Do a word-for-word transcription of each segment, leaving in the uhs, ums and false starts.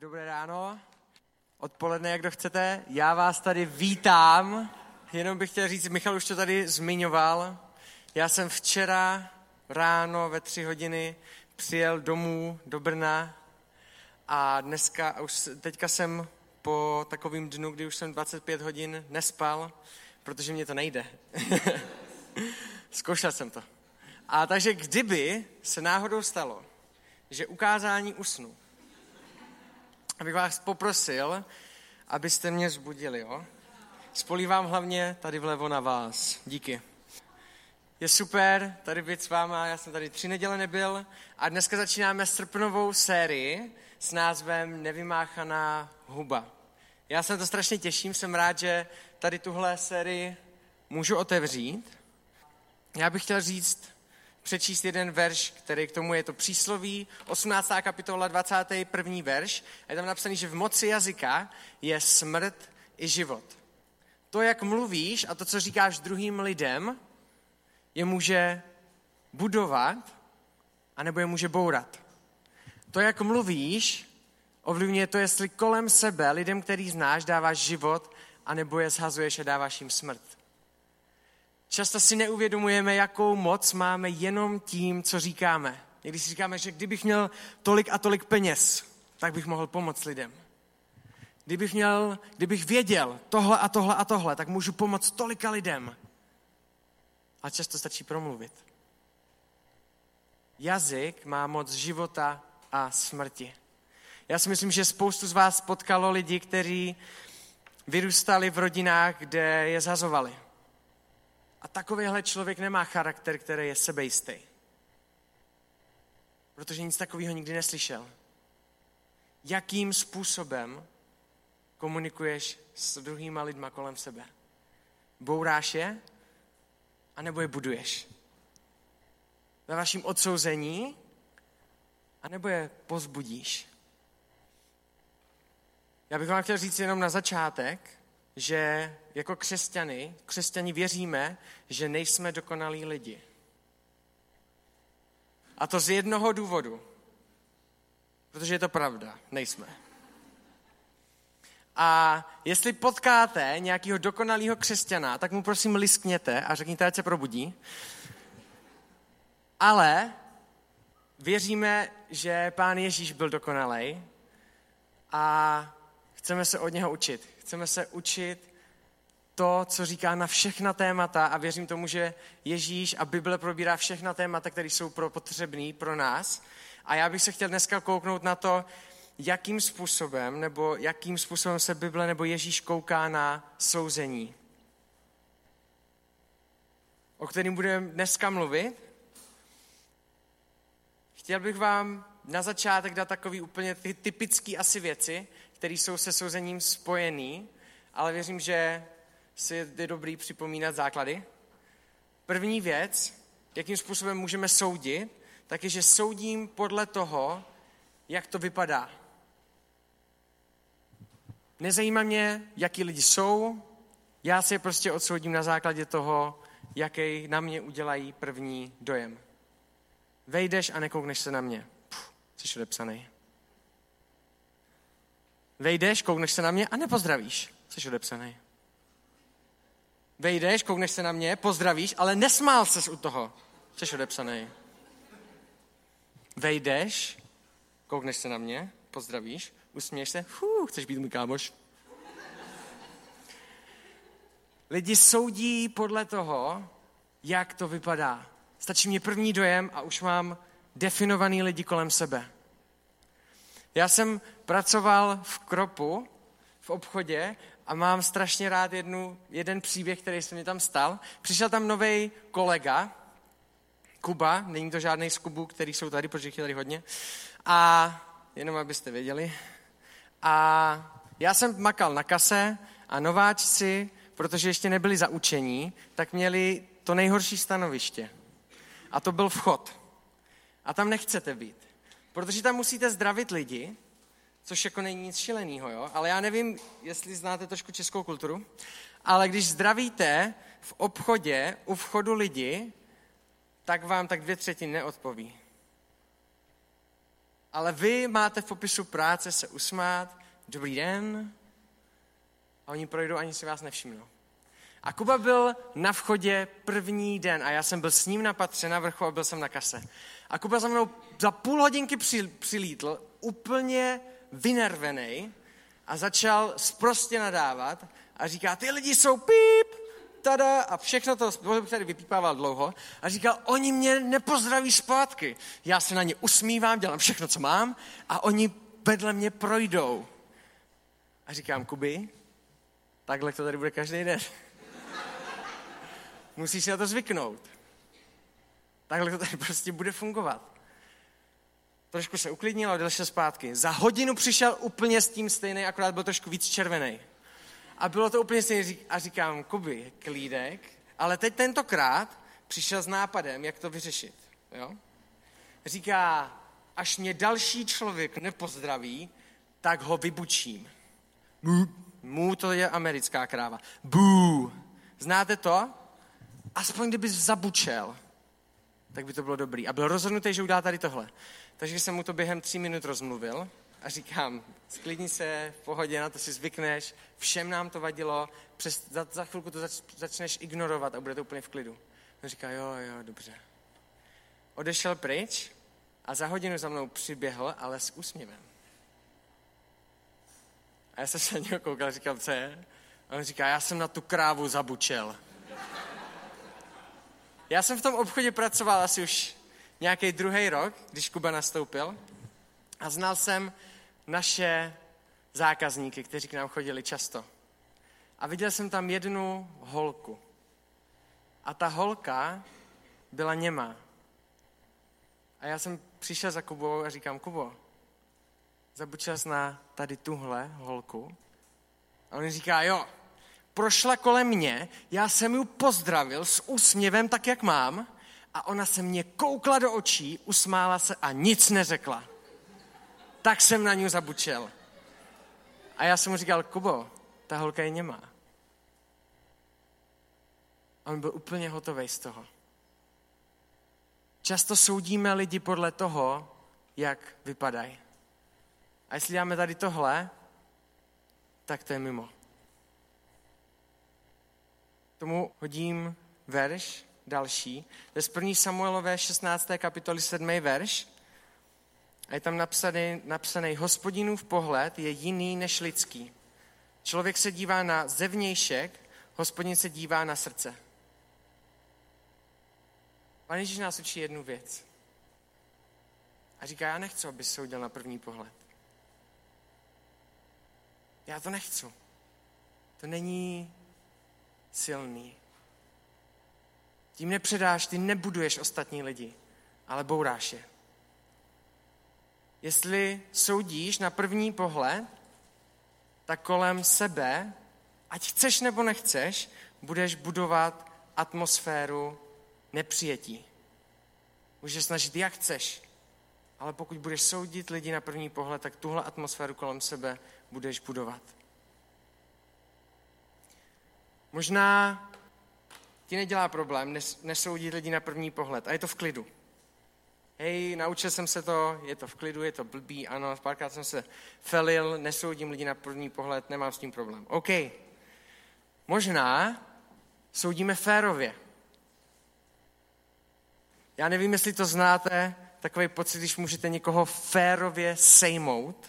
Dobré ráno, odpoledne, jak kdo chcete. Já vás tady vítám. Jenom bych chtěl říct, Michal už to tady zmiňoval. Já jsem včera ráno ve tři hodiny přijel domů do Brna a dneska, už teďka jsem po takovým dnu, kdy už jsem dvacet pět hodin nespal, protože mě to nejde. Zkoušel jsem to. A takže kdyby se náhodou stalo, že ukázání usnu, abych vás poprosil, abyste mě vzbudili, jo? Spolívám hlavně tady vlevo na vás. Díky. Je super tady být s váma, já jsem tady tři neděle nebyl a dneska začínáme srpnovou sérii s názvem Nevymáchaná huba. Já se na to strašně těším, jsem rád, že tady tuhle sérii můžu otevřít. Já bych chtěl říct, přečíst jeden verš, který k tomu je to přísloví, osmnáctá kapitola, dvacátý první verš. A je tam napsaný, že v moci jazyka je smrt i život. To, jak mluvíš a to, co říkáš druhým lidem, je může budovat, anebo je může bourat. To, jak mluvíš, ovlivňuje to, jestli kolem sebe lidem, který znáš, dáváš život, anebo je zhazuješ a dáváš jim smrt. Často si neuvědomujeme, jakou moc máme jenom tím, co říkáme. Když si říkáme, že kdybych měl tolik a tolik peněz, tak bych mohl pomoct lidem. Kdybych, měl, kdybych věděl tohle a tohle a tohle, tak můžu pomoct tolika lidem. A často stačí promluvit. Jazyk má moc života a smrti. Já si myslím, že spoustu z vás potkalo lidi, kteří vyrůstali v rodinách, kde je zhazovali. A takovýhle člověk nemá charakter, který je sebejistý. Protože nic takového nikdy neslyšel. Jakým způsobem komunikuješ s druhýma lidma kolem sebe? Bouráš je? A nebo je buduješ? Ve vaším odsouzení? A nebo je povzbudíš? Já bych vám chtěl říct jenom na začátek, že jako křesťany, křesťani věříme, že nejsme dokonalí lidi. A to z jednoho důvodu. Protože je to pravda, nejsme. A jestli potkáte nějakého dokonalého křesťana, tak mu prosím liskněte a řekněte, ať se probudí. Ale věříme, že Pán Ježíš byl dokonalej a chceme se od něho učit. Chceme se učit to, co říká na všechna témata a věřím tomu, že Ježíš a Bible probírá všechna témata, které jsou pro potřebný pro nás. A já bych se chtěl dneska kouknout na to, jakým způsobem nebo jakým způsobem se Bible nebo Ježíš kouká na souzení, o kterým budeme dneska mluvit. Chtěl bych vám na začátek dát takový úplně ty typický asi věci, které jsou se souzením spojený, ale věřím, že si je dobrý připomínat základy. První věc, jakým způsobem můžeme soudit, tak je, že soudím podle toho, jak to vypadá. Nezajímá mě, jaký lidi jsou, já si je prostě odsoudím na základě toho, jaký na mě udělají první dojem. Vejdeš a nekoukneš se na mě. Puh, jsi odepsanej. Vejdeš, koukneš se na mě a nepozdravíš. Jsi odepsanej. Vejdeš, koukneš se na mě, pozdravíš, ale nesmál ses u toho. Jsi odepsanej. Vejdeš, koukneš se na mě, pozdravíš, usměješ se, fů, chceš být můj kámoš. Lidi soudí podle toho, jak to vypadá. Stačí mě první dojem a už mám definovaný lidi kolem sebe. Já jsem pracoval v Kropu, v obchodě a mám strašně rád jednu, jeden příběh, který se mi tam stal. Přišel tam novej kolega, Kuba, není to žádnej z Kubů, který jsou tady, protože jich je tady hodně. A jenom abyste věděli. A já jsem makal na kase a nováčci, protože ještě nebyli zaučení, tak měli to nejhorší stanoviště. A to byl vchod. A tam nechcete být. Protože tam musíte zdravit lidi, což jako není nic šílenýho, jo? Ale já nevím, jestli znáte trošku českou kulturu, ale když zdravíte v obchodě u vchodu lidi, tak vám tak dvě třetiny neodpoví. ale vy máte v popisu práce se usmát, dobrý den, a oni projdou, ani si vás nevšimnou. A Kuba byl na vchodě první den a já jsem byl s ním na patře na vrchu a byl jsem na kase. A Kuba za mnou za půl hodinky přilítl, úplně vynervený a začal sprostě nadávat a říká, ty lidi jsou píp, tada, a všechno to, tady vypípával dlouho, a říkal, oni mě nepozdraví zpátky. Já se na ně usmívám, dělám všechno, co mám, a oni vedle mě projdou. A říkám, Kuby, takhle to tady bude každý den. Musíš si na to zvyknout. Takhle to tady prostě bude fungovat. Trošku se uklidnil a odešel zpátky. Za hodinu přišel úplně s tím stejný, akorát byl trošku víc červený. A bylo to úplně stejné. A říkám, Kuby, klídek, ale teď tentokrát přišel s nápadem, jak to vyřešit. Jo? Říká, až mě další člověk nepozdraví, tak ho vybučím. Mu, mu to je americká kráva. Bů. Znáte to? Aspoň kdybys zabučel, tak by to bylo dobrý. A byl rozhodnutý, že udělá tady tohle. Takže jsem mu to během tří minut rozmluvil a říkám, sklidni se, v pohodě, na to si zvykneš, všem nám to vadilo, přes, za, za chvilku to zač, začneš ignorovat a bude to úplně v klidu. On říká, jo, jo, dobře. Odešel pryč a za hodinu za mnou přiběhl, ale s úsměvem. A já jsem se na něho koukal a říkal, co je? A on říká, já jsem na tu krávu zabučel. Já jsem v tom obchodě pracoval asi už nějaký druhý rok, když Kuba nastoupil, a znal jsem naše zákazníky, kteří k nám chodili často. A viděl jsem tam jednu holku. A ta holka byla němá. A já jsem přišel za Kubou a říkám, Kubo, zabučil jsi na tady tuhle holku? A on říká, jo, prošla kolem mě, já jsem ji pozdravil s úsměvem tak, jak mám, a ona se mě koukla do očí, usmála se a nic neřekla. Tak jsem na ní zabučel. A já jsem mu říkal, Kubo, ta holka je němá. A on byl úplně hotový z toho. Často soudíme lidi podle toho, jak vypadají. A jestli děláme tady tohle, tak to je mimo. Tomu hodím verš další. To je z první Samuelové šestnácté kapitoly sedmý verš. A je tam napsaný, napsaný, Hospodinův pohled je jiný než lidský. Člověk se dívá na zevnějšek, Hospodin se dívá na srdce. Pán Ježíš nás učí jednu věc. A říká, já nechci, aby se soudil na první pohled. Já to nechci. To není silný. Tím nepředáš, ty nebuduješ ostatní lidi, ale bouráš je. Jestli soudíš na první pohled, tak kolem sebe, ať chceš nebo nechceš, budeš budovat atmosféru nepřijetí. Můžeš snažit, jak chceš, ale pokud budeš soudit lidi na první pohled, tak tuhle atmosféru kolem sebe budeš budovat. Možná ti nedělá problém nesoudit lidi na první pohled a je to v klidu. Hej, naučil jsem se to, je to v klidu, je to blbý, ano, párkrát jsem se felil, nesoudím lidi na první pohled, nemám s tím problém. OK. Možná soudíme férově. Já nevím, jestli to znáte, takový pocit, když můžete někoho férově sejmout.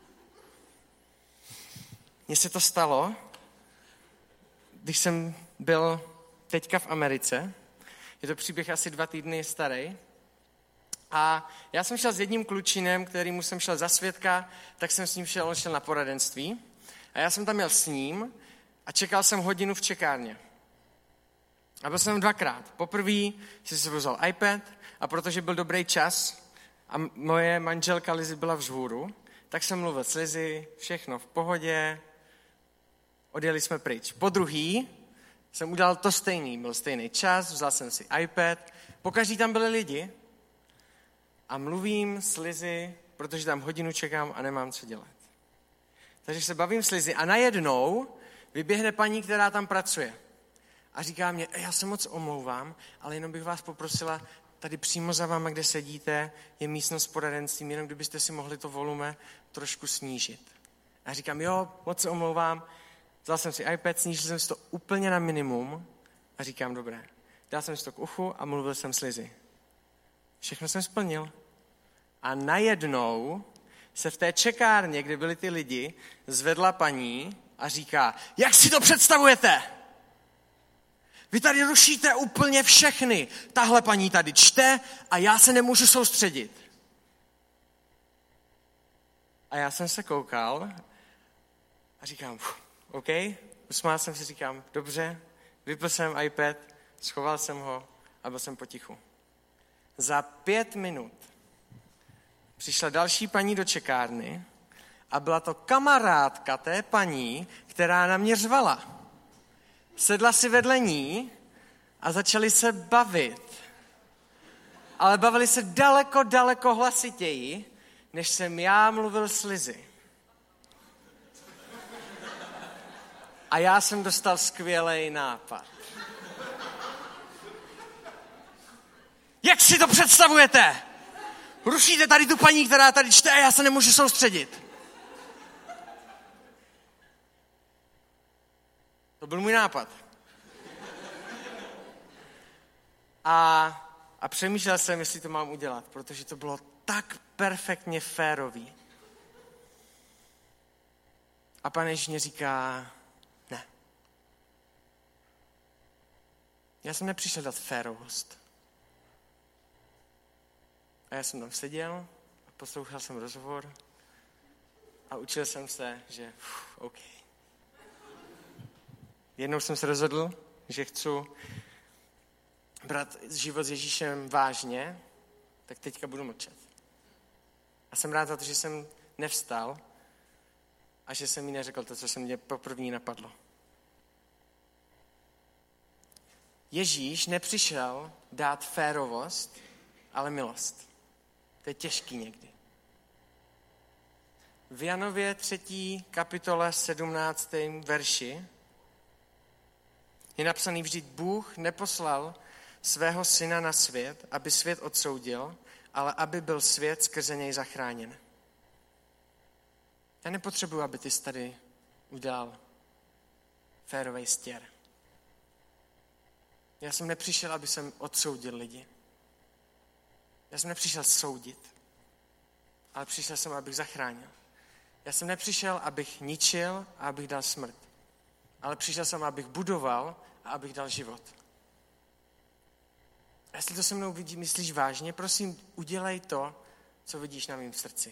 Mně se to stalo, když jsem byl teďka v Americe. Je to příběh asi dva týdny starý. A já jsem šel s jedním klučinem, kterýmu jsem šel za svědka, tak jsem s ním šel, on šel na poradenství. A já jsem tam měl s ním a čekal jsem hodinu v čekárně. A byl jsem dvakrát. Poprvý si se vzal iPad a protože byl dobrý čas a moje manželka Lizy byla vzhůru, tak jsem mluvil s Lizy, všechno v pohodě, odjeli jsme pryč. Po druhý jsem udělal to stejný, byl stejný čas, vzal jsem si iPad, pokaždý tam byli lidi a mluvím s Lizy, protože tam hodinu čekám a nemám co dělat. Takže se bavím s Lizy a najednou vyběhne paní, která tam pracuje. A říká mě, já se moc omlouvám, ale jenom bych vás poprosila, tady přímo za váma, kde sedíte, je místnost s poradenstvím, jenom kdybyste si mohli to volume trošku snížit. A říkám, jo, moc se omlouvám, vzal jsem si iPad, snížil jsem si to úplně na minimum a říkám, dobré. Dal jsem si to k uchu a mluvil jsem s Lizy. Všechno jsem splnil. A najednou se v té čekárně, kde byli ty lidi, zvedla paní a říká, jak si to představujete? Vy tady rušíte úplně všechny. Tahle paní tady čte a já se nemůžu soustředit. A já jsem se koukal a říkám, OK, usmál jsem si, říkám, dobře, vypl jsem iPad, schoval jsem ho a byl jsem potichu. Za pět minut přišla další paní do čekárny a byla to kamarádka té paní, která na mě řvala. Sedla si vedle ní a začali se bavit. Ale bavili se daleko, daleko hlasitěji, než jsem já mluvil s Lizy. A já jsem dostal skvělej nápad. Jak si to představujete? Rušíte tady tu paní, která tady čte a já se nemůžu soustředit. To byl můj nápad. A, a přemýšlel jsem, jestli to mám udělat, protože to bylo tak perfektně férový. A Pán Ježíš mě říká, ne. Já jsem nepřišel dát férovost. A já jsem tam seděl a poslouchal jsem rozhovor a učil jsem se, že uf, OK. Jednou jsem se rozhodl, že chci brát život s Ježíšem vážně, tak teďka budu mlčet. A jsem rád za to, že jsem nevstal a že jsem jí neřekl to, co se mě poprvé napadlo. Ježíš nepřišel dát férovost, ale milost. To je těžký někdy. V Janově třetí kapitole sedmnáctém verši je napsaný, vždyť Bůh neposlal svého syna na svět, aby svět odsoudil, ale aby byl svět skrze něj zachráněn. Já nepotřebuji, aby ty jsi tady udělal férovej stěr. Já jsem nepřišel, aby jsem odsoudil lidi. Já jsem nepřišel soudit, ale přišel jsem, abych zachránil. Já jsem nepřišel, abych ničil a abych dal smrt. Ale přišel jsem, abych budoval a abych dal život. A jestli to se mnou vidí, myslíš vážně, prosím, udělej to, co vidíš na mém srdci.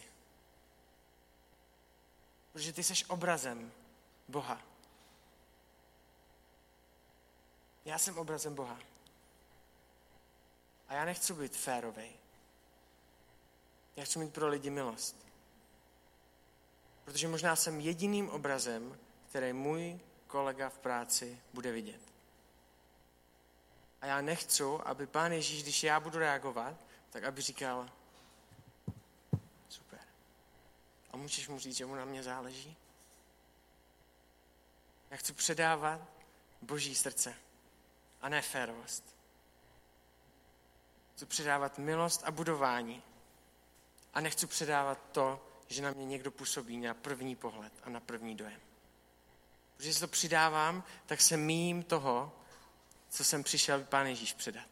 Protože ty jsi obrazem Boha. Já jsem obrazem Boha. A já nechci být férovej. Já chci mít pro lidi milost. Protože možná jsem jediným obrazem, který můj kolega v práci bude vidět. A já nechci, aby Pán Ježíš, když já budu reagovat, tak aby říkal, super. A můžeš mu říct, že mu na mě záleží? Já chci předávat Boží srdce a ne férovost. Chci předávat milost a budování. A nechci předávat to, že na mě někdo působí na první pohled a na první dojem. Protože si to přidávám, tak se míjím toho, co jsem přišel Pán Ježíš předat.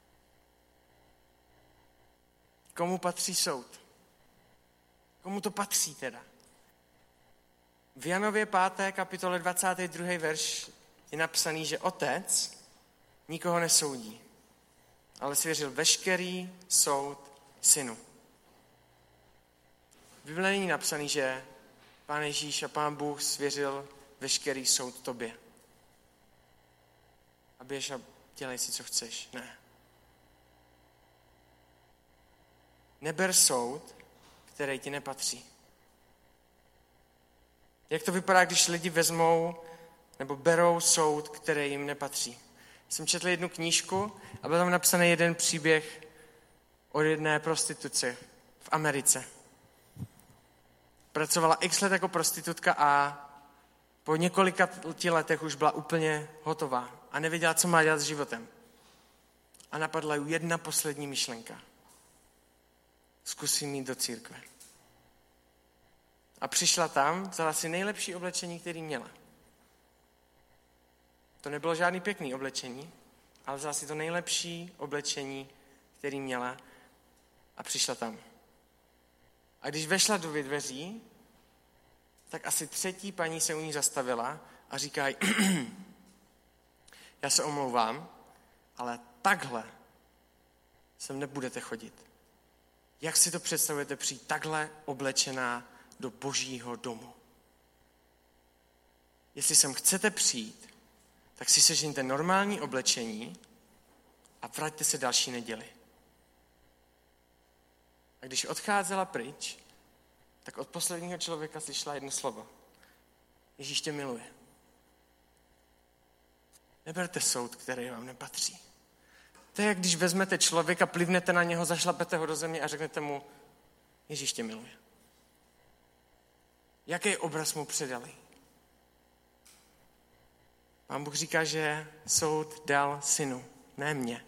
Komu patří soud? Komu to patří teda? V Janově páté kapitole dvacátý druhý verš je napsaný, že otec nikoho nesoudí, ale svěřil veškerý soud synu. V Bibli není napsaný, že Pán Ježíš a Pán Bůh svěřil veškerý soud tobě. A běž a dělej si, co chceš. Ne. Neber soud, který ti nepatří. Jak to vypadá, když lidi vezmou nebo berou soud, který jim nepatří? Jsem četl jednu knížku a byl tam napsaný jeden příběh o jedné prostituci v Americe. Pracovala x let jako prostitutka a po několika letech už byla úplně hotová a nevěděla, co má dělat s životem. a napadla ju jedna poslední myšlenka. Zkusím jít do církve. A přišla tam, vzala si nejlepší oblečení, který měla. To nebylo žádný pěkný oblečení, ale vzala si to nejlepší oblečení, který měla a přišla tam. A když vešla do dveří, tak asi třetí paní se u ní zastavila a říká, já se omlouvám, ale takhle sem nebudete chodit. Jak si to představujete přijít takhle oblečená do Božího domu? Jestli sem chcete přijít, tak si sežeňte normální oblečení a vraťte se další neděli. A když odcházela pryč, tak od posledního člověka slyšela jedno slovo. Ježíš tě miluje. Neberte soud, který vám nepatří. To je, jak když vezmete člověka, plivnete na něho, zašlapete ho do země a řeknete mu, Ježíš tě miluje. Jaký obraz mu předali? Pán Bůh říká, že soud dal synu, ne mně.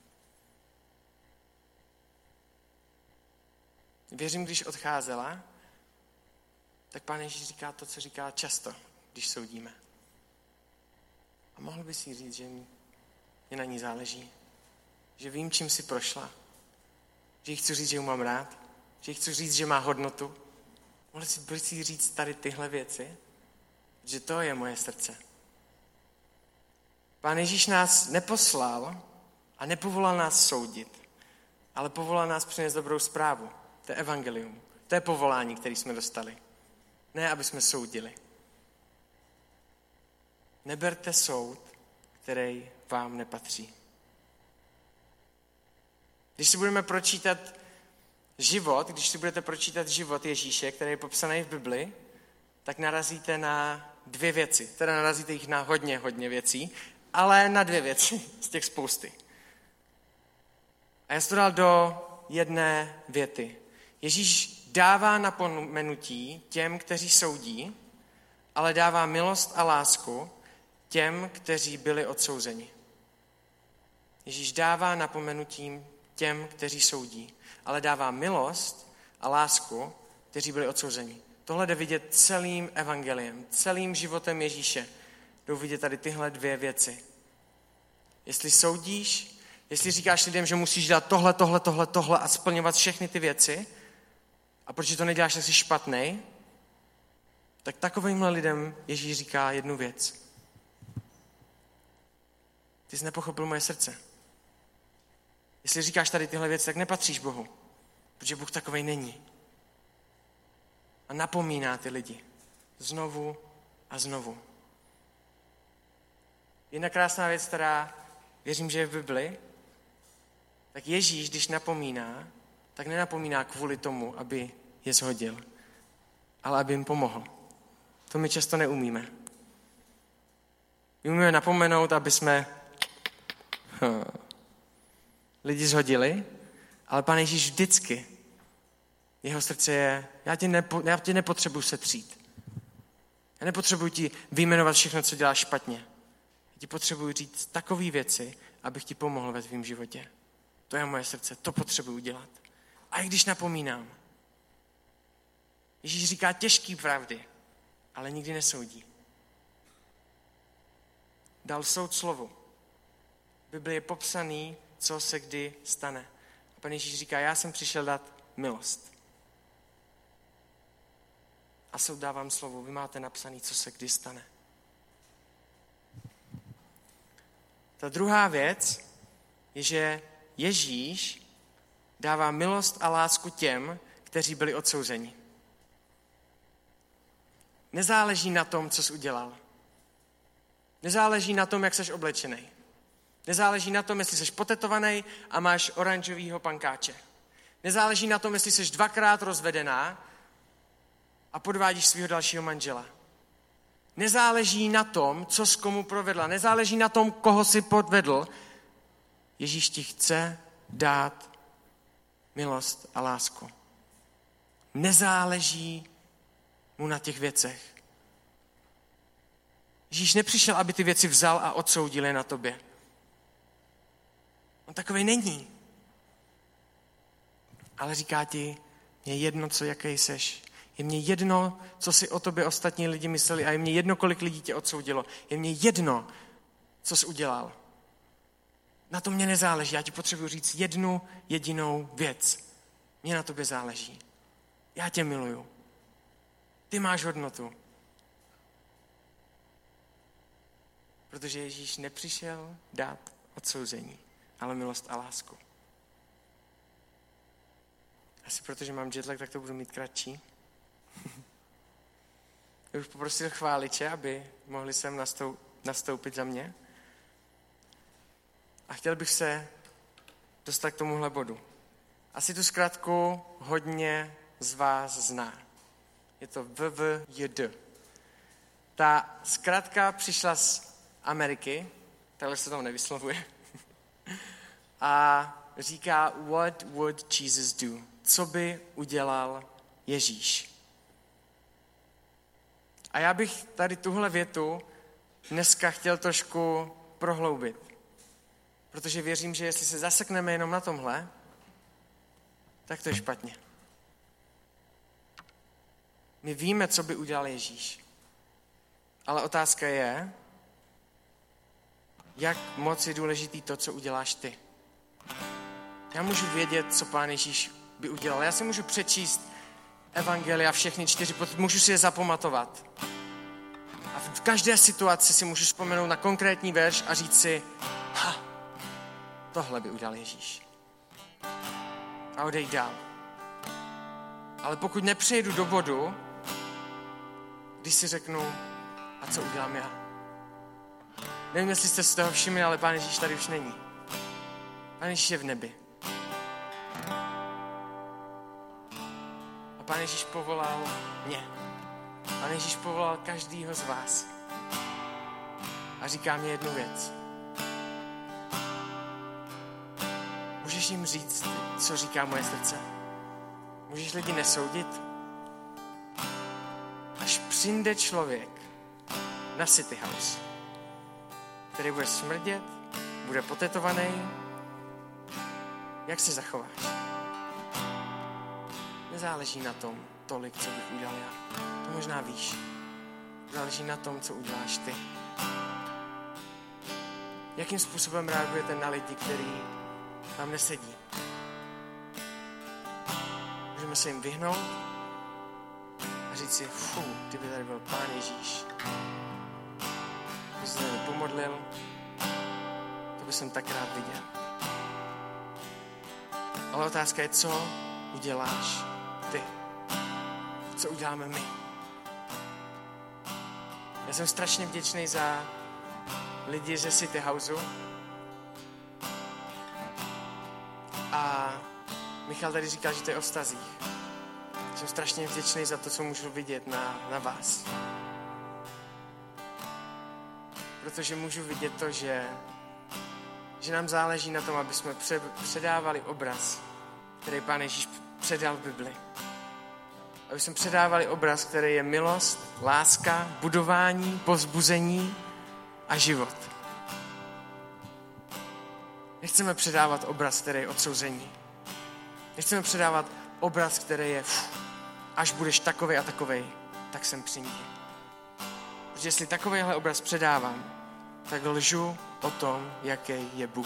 Věřím, když odcházela, tak Pán Ježíš říká to, co říká často, když soudíme. A mohl by si říct, že mě na ní záleží. Že vím, čím si prošla. Že jí chci říct, že ji mám rád. Že jí chci říct, že má hodnotu. Mohl si, si říct tady tyhle věci? Že to je moje srdce. Pán Ježíš nás neposlal a nepovolal nás soudit, ale povolal nás přinést dobrou zprávu. To je evangelium. To je povolání, které jsme dostali. Ne, aby jsme soudili. Neberte soud, který vám nepatří. Když si budeme pročítat život, když si budete pročítat život Ježíše, který je popsaný v Bibli, tak narazíte na dvě věci. Teda narazíte jich na hodně, hodně věcí, ale na dvě věci z těch spousty. A já jsem to dal do jedné věty. Ježíš dává napomenutí těm, kteří soudí, ale dává milost a lásku těm, kteří byli odsouzeni. Ježíš dává napomenutím těm, kteří soudí, ale dává milost a lásku, kteří byli odsouzeni. Tohle jde vidět celým evangeliem, celým životem Ježíše. Jdou vidět tady tyhle dvě věci. Jestli soudíš, jestli říkáš lidem, že musíš dělat tohle, tohle, tohle, tohle a splňovat všechny ty věci, a protože to neděláš, tak jsi špatnej, tak takovýmhle lidem Ježíš říká jednu věc. Ty jsi nepochopil moje srdce. Jestli říkáš tady tyhle věci, tak nepatříš Bohu, protože Bůh takovej není. A napomíná ty lidi znovu a znovu. Jedna krásná věc, která věřím, že je v Bibli, tak Ježíš, když napomíná, tak nenapomíná kvůli tomu, aby je shodil, ale aby jim pomohl. To my často neumíme. My umíme napomenout, aby jsme hm, lidi shodili, ale Pán Ježíš vždycky, jeho srdce je, já tě, nepo, já tě nepotřebuji setřít. Já nepotřebuji ti vyjmenovat všechno, co děláš špatně. Já ti potřebuji říct takové věci, abych ti pomohl ve tvém životě. To je moje srdce, to potřebuji dělat. A i když napomínám. Ježíš říká těžký pravdy, ale nikdy nesoudí. Dal soud slovu. V Bibli je popsaný, co se kdy stane. A Pán Ježíš říká, já jsem přišel dát milost. A soud dávám slovo, vy máte napsaný, co se kdy stane. Ta druhá věc je, že Ježíš dává milost a lásku těm, kteří byli odsouzeni. Nezáleží na tom, co jsi udělal. Nezáleží na tom, jak jsi oblečený. Nezáleží na tom, jestli jsi potetovaný a máš oranžovýho pankáče. Nezáleží na tom, jestli jsi dvakrát rozvedená a podvádíš svého dalšího manžela. Nezáleží na tom, co s komu provedla. Nezáleží na tom, koho si podvedl. Ježíš ti chce dát milost a lásku. Nezáleží mu na těch věcech. Ježíš nepřišel, aby ty věci vzal a odsoudil je na tobě. On On takovej není. Ale říká ti, je jedno, co jaký seš. Je mně jedno, co si o tobě ostatní lidi mysleli a je mně jedno, kolik lidí tě odsoudilo. Je mně jedno, co jsi udělal. Na to mě nezáleží. Já ti potřebuji říct jednu jedinou věc. Mně na tobě záleží. Já tě miluju. Ty máš hodnotu. Protože Ježíš nepřišel dát odsouzení, ale milost a lásku. Asi protože mám jetlag, tak to budu mít kratší. Já bych poprosil chváliče, aby mohli sem nastou, nastoupit za mě. A chtěl bych se dostat k tomuhle bodu. Asi tu zkratku hodně z vás zná. Je to V V J D. Ta zkratka přišla z Ameriky, takhle se to nevyslovuje, a říká What would Jesus do? Co by udělal Ježíš? A já bych tady tuhle větu dneska chtěl trošku prohloubit. Protože věřím, že jestli se zasekneme jenom na tomhle, tak to je špatně. My víme, co by udělal Ježíš. Ale otázka je, jak moc je důležitý to, co uděláš ty. Já můžu vědět, co Pán Ježíš by udělal. Já si můžu přečíst evangelia všechny čtyři, můžu si je zapamatovat. A v každé situaci si můžu vzpomenout na konkrétní verš a říct si, ha, tohle by udělal Ježíš. A odejít dál. Ale pokud nepřejdu do bodu, když si řeknu, a co udělám já? Nevím, jestli jste si toho všimli, ale Pán Ježíš tady už není. Pán Ježíš je v nebi. A Pán Ježíš povolal mě. Pán Ježíš povolal každýho z vás. A říká mě jednu věc. Můžeš jim říct, co říká moje srdce? Můžeš lidi nesoudit? Až přijde člověk na City House, který bude smrdět, bude potetovaný, jak se zachováš? Nezáleží na tom tolik, co bych udělal já. To možná víš. Záleží na tom, co uděláš ty. Jakým způsobem reagujete na lidi, kteří tam nesedí? Můžeme se jim vyhnout a říct si, fú, kdyby tady byl Pán Ježíš, kdyby se tady pomodlil, to bych jsem tak rád viděl. Ale otázka je, co uděláš ty? Co uděláme my? Já jsem strašně vděčný za lidi ze City Houseu. A Michal tady říkal, že to je o vztazích. Jsem strašně vděčný za to, co můžu vidět na, na vás. Protože můžu vidět to, že, že nám záleží na tom, aby jsme pře, předávali obraz, který Pán Ježíš předal v Bibli. Aby jsme předávali obraz, který je milost, láska, budování, povzbuzení a život. Nechceme předávat obraz, který je odsouzení. Nechceme předávat obraz, který je ff, až budeš takovej a takovej, tak sem přijdi. Protože jestli takovejhle obraz předávám, tak lžu o tom, jaký je Bůh.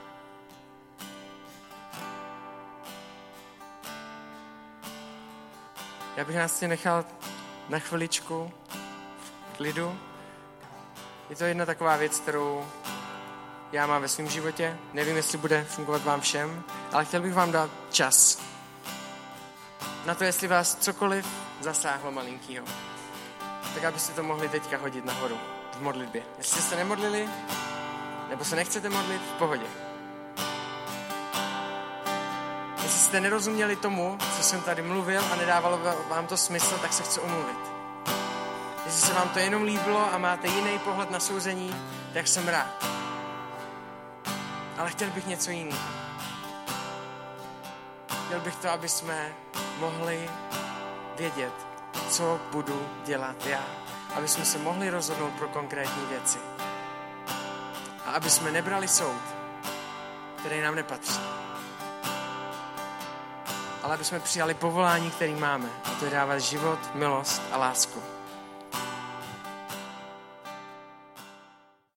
Já bych nás tě nechal na chviličku v klidu. Je to jedna taková věc, kterou já mám ve svém životě. Nevím, jestli bude fungovat vám všem, ale chtěl bych vám dát čas na to, jestli vás cokoliv zasáhlo malinkýho. Tak abyste to mohli teďka hodit nahoru v modlitbě. Jestli jste nemodlili, nebo se nechcete modlit, v pohodě. Jestli jste nerozuměli tomu, co jsem tady mluvil a nedávalo vám to smysl, tak se chci omluvit. Jestli se vám to jenom líbilo a máte jiný pohled na souzení, tak jsem rád. Ale chtěl bych něco jiného. Chtěl bych to, aby jsme mohli vědět, co budu dělat já. Aby jsme se mohli rozhodnout pro konkrétní věci. A aby jsme nebrali soud, který nám nepatří. Ale aby jsme přijali povolání, který máme, a to je dávat život, milost a lásku.